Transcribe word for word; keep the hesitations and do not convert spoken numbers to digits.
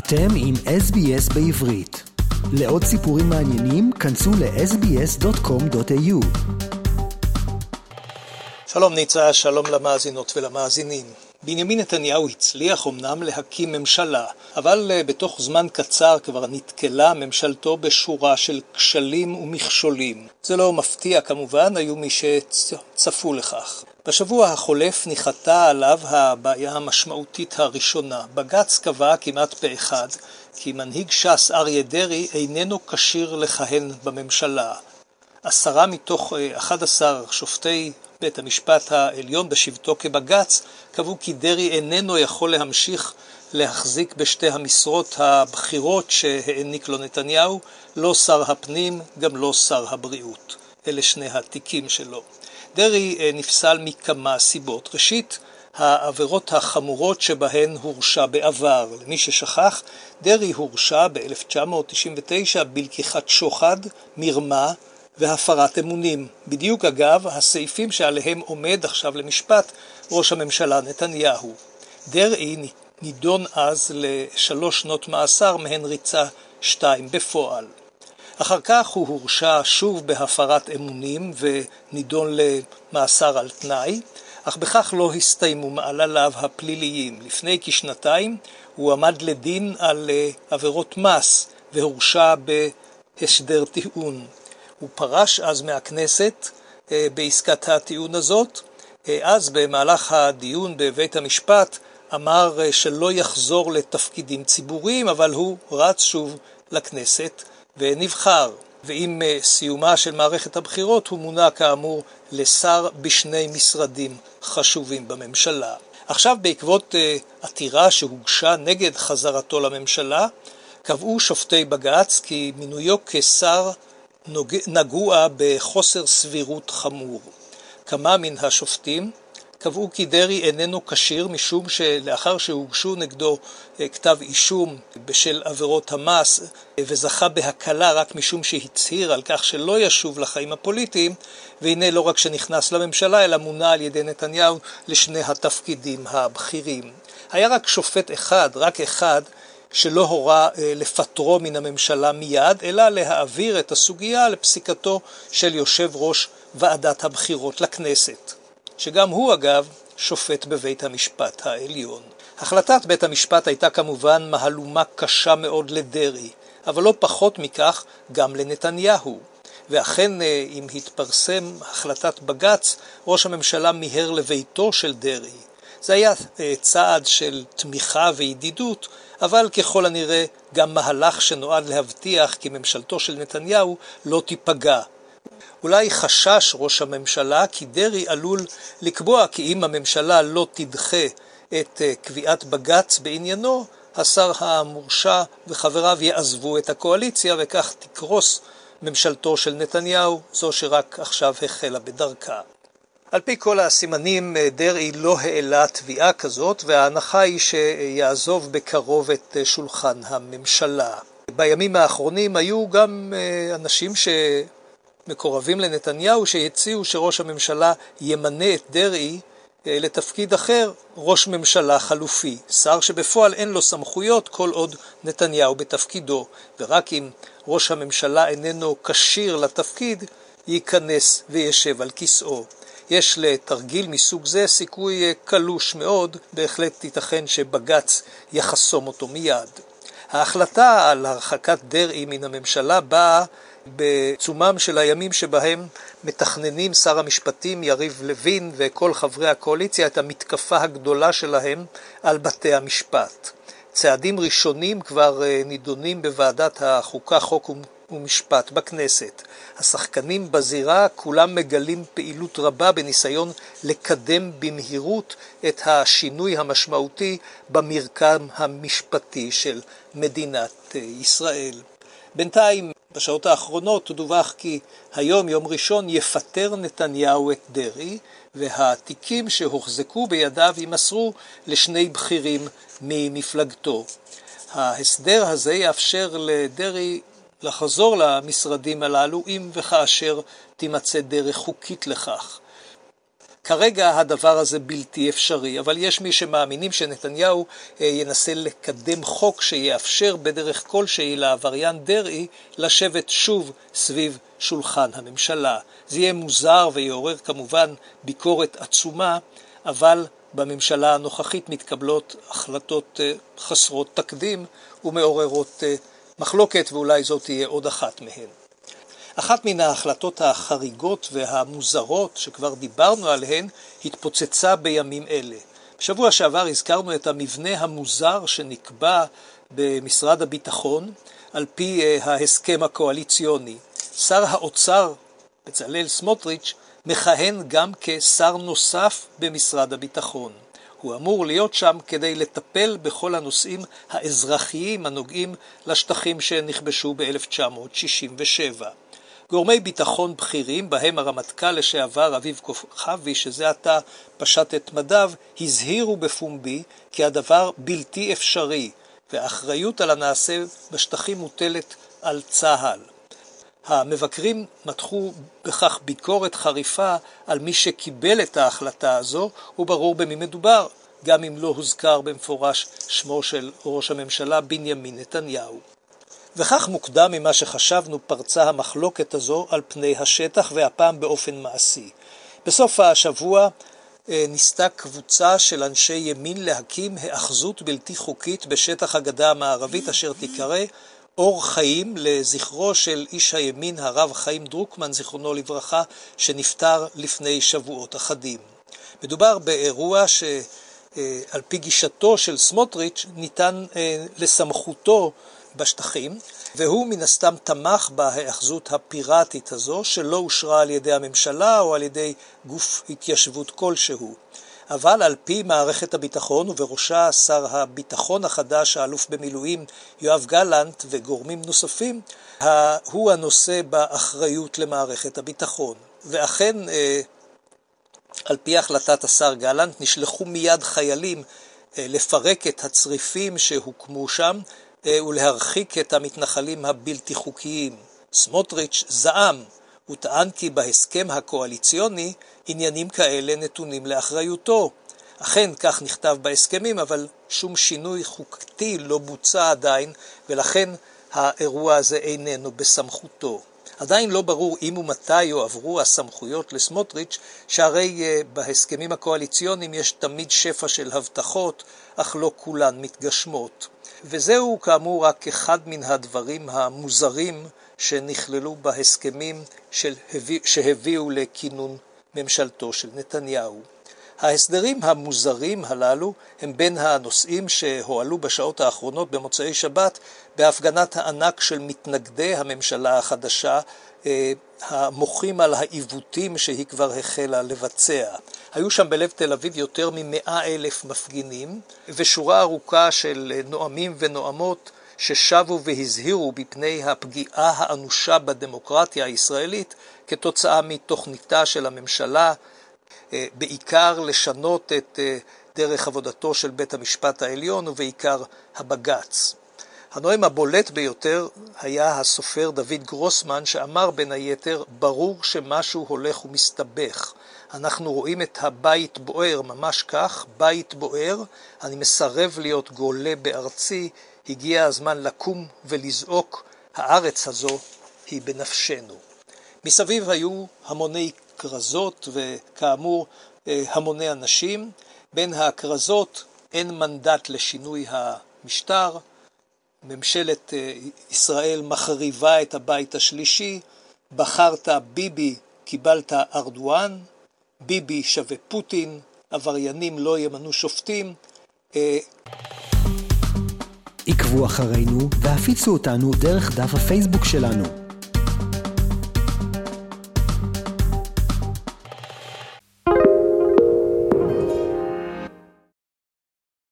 אתם עם אס בי אס בעברית. לעוד סיפורים מעניינים, כנסו ל-אס בי אס דוט קום דוט איי יו. שלום ניצה, שלום למאזינות ולמאזינים. בנימין נתניהו הצליח אמנם להקים ממשלה, אבל בתוך זמן קצר כבר נתקלה ממשלתו בשורה של כשלים ומכשולים. זה לא מפתיע כמובן, היו מי שצפו לכך. בשבוע החולף ניחתה עליו הבעיה המשמעותית הראשונה. בג"ץ קבע כמעט פה אחד כי מנהיג ש"ס אריה דרעי איננו כשיר לכהן בממשלה. עשרה מתוך אחד עשר שופטי בית המשפט העליון בשבתו כבג"ץ קבעו כי דרעי איננו יכול להמשיך להחזיק בשתי המשרות הבכירות שהעניק לו נתניהו, לא שר הפנים, גם לא שר הבריאות. אלה שני התיקים שלו. דרעי נפסל מכמה סיבות. ראשית, העבירות החמורות שבהן הורשע בעבר. למי ששכח, דרעי הורשע ב-אלף תשע מאות תשעים ותשע בלקיחת שוחד, מרמה והפרת אמונים. בדיוק אגב, הסעיפים שעליהם עומד עכשיו למשפט ראש הממשלה נתניהו. דרעי נידון אז לשלוש שנות מאסר, מהן ריצה שתיים בפועל. אחר כך הוא הורשע שוב בהפרת אמונים ונידון למאסר על תנאי, אך בכך לא הסתיימו מעלליו הפליליים. לפני כשנתיים הוא עמד לדין על עבירות מס והורשע בהסדר טיעון. הוא פרש אז מהכנסת בעסקת הטיעון הזאת. אז במהלך הדיון בבית המשפט אמר שלא יחזור לתפקידים ציבוריים, אבל הוא רץ שוב לכנסת ונבחר. ועם סיומה של מערכת הבחירות הוא מונה כאמור לשר בשני משרדים חשובים בממשלה. עכשיו בעקבות עתירה שהוגשה נגד חזרתו לממשלה, קבעו שופטי בג"ץ כי מינויו כשר נגוע בחוסר סבירות חמור. כמה מן השופטים קבעו כי דרעי איננו כשיר משום שלאחר שהוגשו נגדו כתב אישום בשל עבירות המס וזכה בהקלה רק משום שהצהיר על כך שלא ישוב לחיים הפוליטיים, והנה לא רק שנכנס לממשלה אלא מונה על ידי נתניהו לשני התפקידים הבכירים. היה רק שופט אחד, רק אחד, שלא הורה לפטרו מן הממשלה מיד, אלא להעביר את הסוגיה לפסיקתו של יושב ראש ועדת הבחירות לכנסת, שגם הוא אגב שופט בבית המשפט העליון. החלטת בית המשפט הייתה כמובן מהלומה קשה מאוד לדרעי, אבל לא פחות מכך גם לנתניהו. ואכן אם התפרסם החלטת בג"ץ, ראש הממשלה מיהר לביתו של דרעי. זה היה צעד של תמיכה וידידות, אבל ככל הנראה גם מהלך שנועד להבטיח כי ממשלתו של נתניהו לא תיפגע. אולי חשש ראש הממשלה כי דרעי עלול לקבוע כי אם הממשלה לא תדחה את קביעת בג"ץ בעניינו, השר המורשע וחבריו יעזבו את הקואליציה וכך תקרוס ממשלתו של נתניהו, זו שרק עכשיו החלה בדרכה. על פי כל הסימנים דרעי לא העלה תביעה כזאת, וההנחה היא שיעזוב בקרוב את שולחן הממשלה. בימים האחרונים היו גם אנשים שמקורבים לנתניהו שהציעו שראש הממשלה ימנה את דרעי לתפקיד אחר, ראש ממשלה חלופי, שר שבפועל אין לו סמכויות כל עוד נתניהו בתפקידו, ורק אם ראש הממשלה איננו כשיר לתפקיד ייכנס וישב על כיסאו. יש לתרגיל מסוג זה סיכוי קלוש מאוד, בהחלט ייתכן שבג"ץ יחסום אותו מיד. ההחלטה על הרחקת דרעי מן הממשלה באה בעיצומם של הימים שבהם מתכננים שר המשפטים יריב לוין וכל חברי הקואליציה את המתקפה הגדולה שלהם על בתי המשפט. צעדים ראשונים כבר נידונים בוועדת החוקה, חוק ומשפט בכנסת. השחקנים בזירה כולם מגלים פעילות רבה בניסיון לקדם במהירות את השינוי המשמעותי במרקם המשפטי של מדינת ישראל. בינתיים בשעות האחרונות דווח כי היום יום ראשון יפטר נתניהו את דרעי, והתיקים שהוחזקו בידיו יימסרו לשני בכירים ממפלגתו. ההסדר הזה יאפשר לדרעי לחזור למשרדים הללו אם וכאשר תימצא דרך חוקית לכך. כרגע הדבר הזה בלתי אפשרי, אבל יש מי שמאמינים שנתניהו ינסה לקדם חוק שיאפשר בדרך כלשהי לעבריין דרעי לשבת שוב סביב שולחן הממשלה. זה יהיה מוזר ויעורר כמובן ביקורת עצומה, אבל בממשלה הנוכחית מתקבלות החלטות חסרות תקדים ומעוררות מחלוקת, ואולי זאת תהיה עוד אחת מהן. אחת מן ההחלטות החריגות והמוזרות שכבר דיברנו עליהן התפוצצה בימים אלה. בשבוע שעבר הזכרנו את המבנה המוזר שנקבע במשרד הביטחון על פי ההסכם הקואליציוני. שר האוצר בצלאל סמוטריץ' מכהן גם כשר נוסף במשרד הביטחון. הוא אמור להיות שם כדי לטפל בכל הנושאים האזרחיים הנוגעים לשטחים שנכבשו ב-אלף תשע מאות שישים ושבע. גורמי ביטחון בכירים, בהם הרמטכ"ל לשעבר אביב כוכבי, שזה עתה פשט את מדיו, הזהירו בפומבי כי הדבר בלתי אפשרי, והאחריות על הנעשה בשטחים מוטלת על צה"ל. המבקרים מתחו בכך ביקורת חריפה על מי שקיבל את ההחלטה הזו, וברור במי מדובר, גם אם לא הוזכר במפורש שמו של ראש הממשלה בנימין נתניהו. וכך מוקדם ממה שחשבנו פרצה המחלוקת הזו על פני השטח, והפעם באופן מעשי. בסוף השבוע ניסתה קבוצה של אנשי ימין להקים האחזות בלתי חוקית בשטח הגדה המערבית אשר תיקרא אור חיים, לזכרו של איש הימין הרב חיים דרוקמן זיכרונו לברכה, שנפטר לפני שבועות אחדים. מדובר באירוע שעל פי גישתו של סמוטריץ' ניתן לסמכותו בשטחים, והוא מן הסתם תמך בהאחזות הפיראטית הזו שלא אושרה על ידי הממשלה או על ידי גוף התיישבות כלשהו. אבל על פי מערכת הביטחון, ובראשה שר הביטחון החדש, האלוף במילואים יואב גלנט וגורמים נוספים, הוא הנושא באחריות למערכת הביטחון. ואכן, על פי החלטת השר גלנט, נשלחו מיד חיילים לפרק את הצריפים שהוקמו שם, ולהרחיק את המתנחלים הבלתי חוקיים. סמוטריץ' זעם, הוא טען כי בהסכם הקואליציוני עניינים כאלה נתונים לאחריותו. אכן כך נכתב בהסכמים, אבל שום שינוי חוקתי לא בוצע עדיין, ולכן האירוע הזה איננו בסמכותו. עדיין לא ברור אם ומתי יועברו הסמכויות לסמוטריץ', שהרי בהסכמים הקואליציוניים יש תמיד שפע של הבטחות, אך לא כולן מתגשמות. וזהו כאמור רק אחד מן הדברים המוזרים שנכללו בהסכמים של, שהביאו לכינון ממשלתו של נתניהו. ההסדרים המוזרים הללו הם בין הנושאים שהועלו בשעות האחרונות במוצאי שבת בהפגנת הענק של מתנגדי הממשלה החדשה, המוחים על העיוותים שהיא כבר החלה לבצע. היו שם בלב תל אביב יותר ממאה אלף מפגינים, ושורה ארוכה של נואמים ונואמות ששבו והזהירו בפני הפגיעה האנושה בדמוקרטיה הישראלית כתוצאה מתוכניתה של הממשלה, בעיקר לשנות את דרך עבודתו של בית המשפט העליון ובעיקר הבג"ץ. הנואם הבולט ביותר היה הסופר דוד גרוסמן, שאמר בין היתר, ברור שמשהו הולך ומסתבך. אנחנו רואים את הבית בוער, ממש כך, בית בוער, אני מסרב להיות גולה בארצי, הגיע הזמן לקום ולזעוק, הארץ הזו היא בנפשנו. מסביב היו המוני כרזות וכאמור המוני אנשים. בין הכרזות אין מנדט לשינוי המשטר, ממשלת ישראל מחריבה את הבית השלישי, בחרת ביבי, קיבלת ארדואן, ביבי שווה פוטין, עבריינים לא ימנו שופטים. עקבו אחרינו והפיצו אותנו דרך דף הפייסבוק שלנו.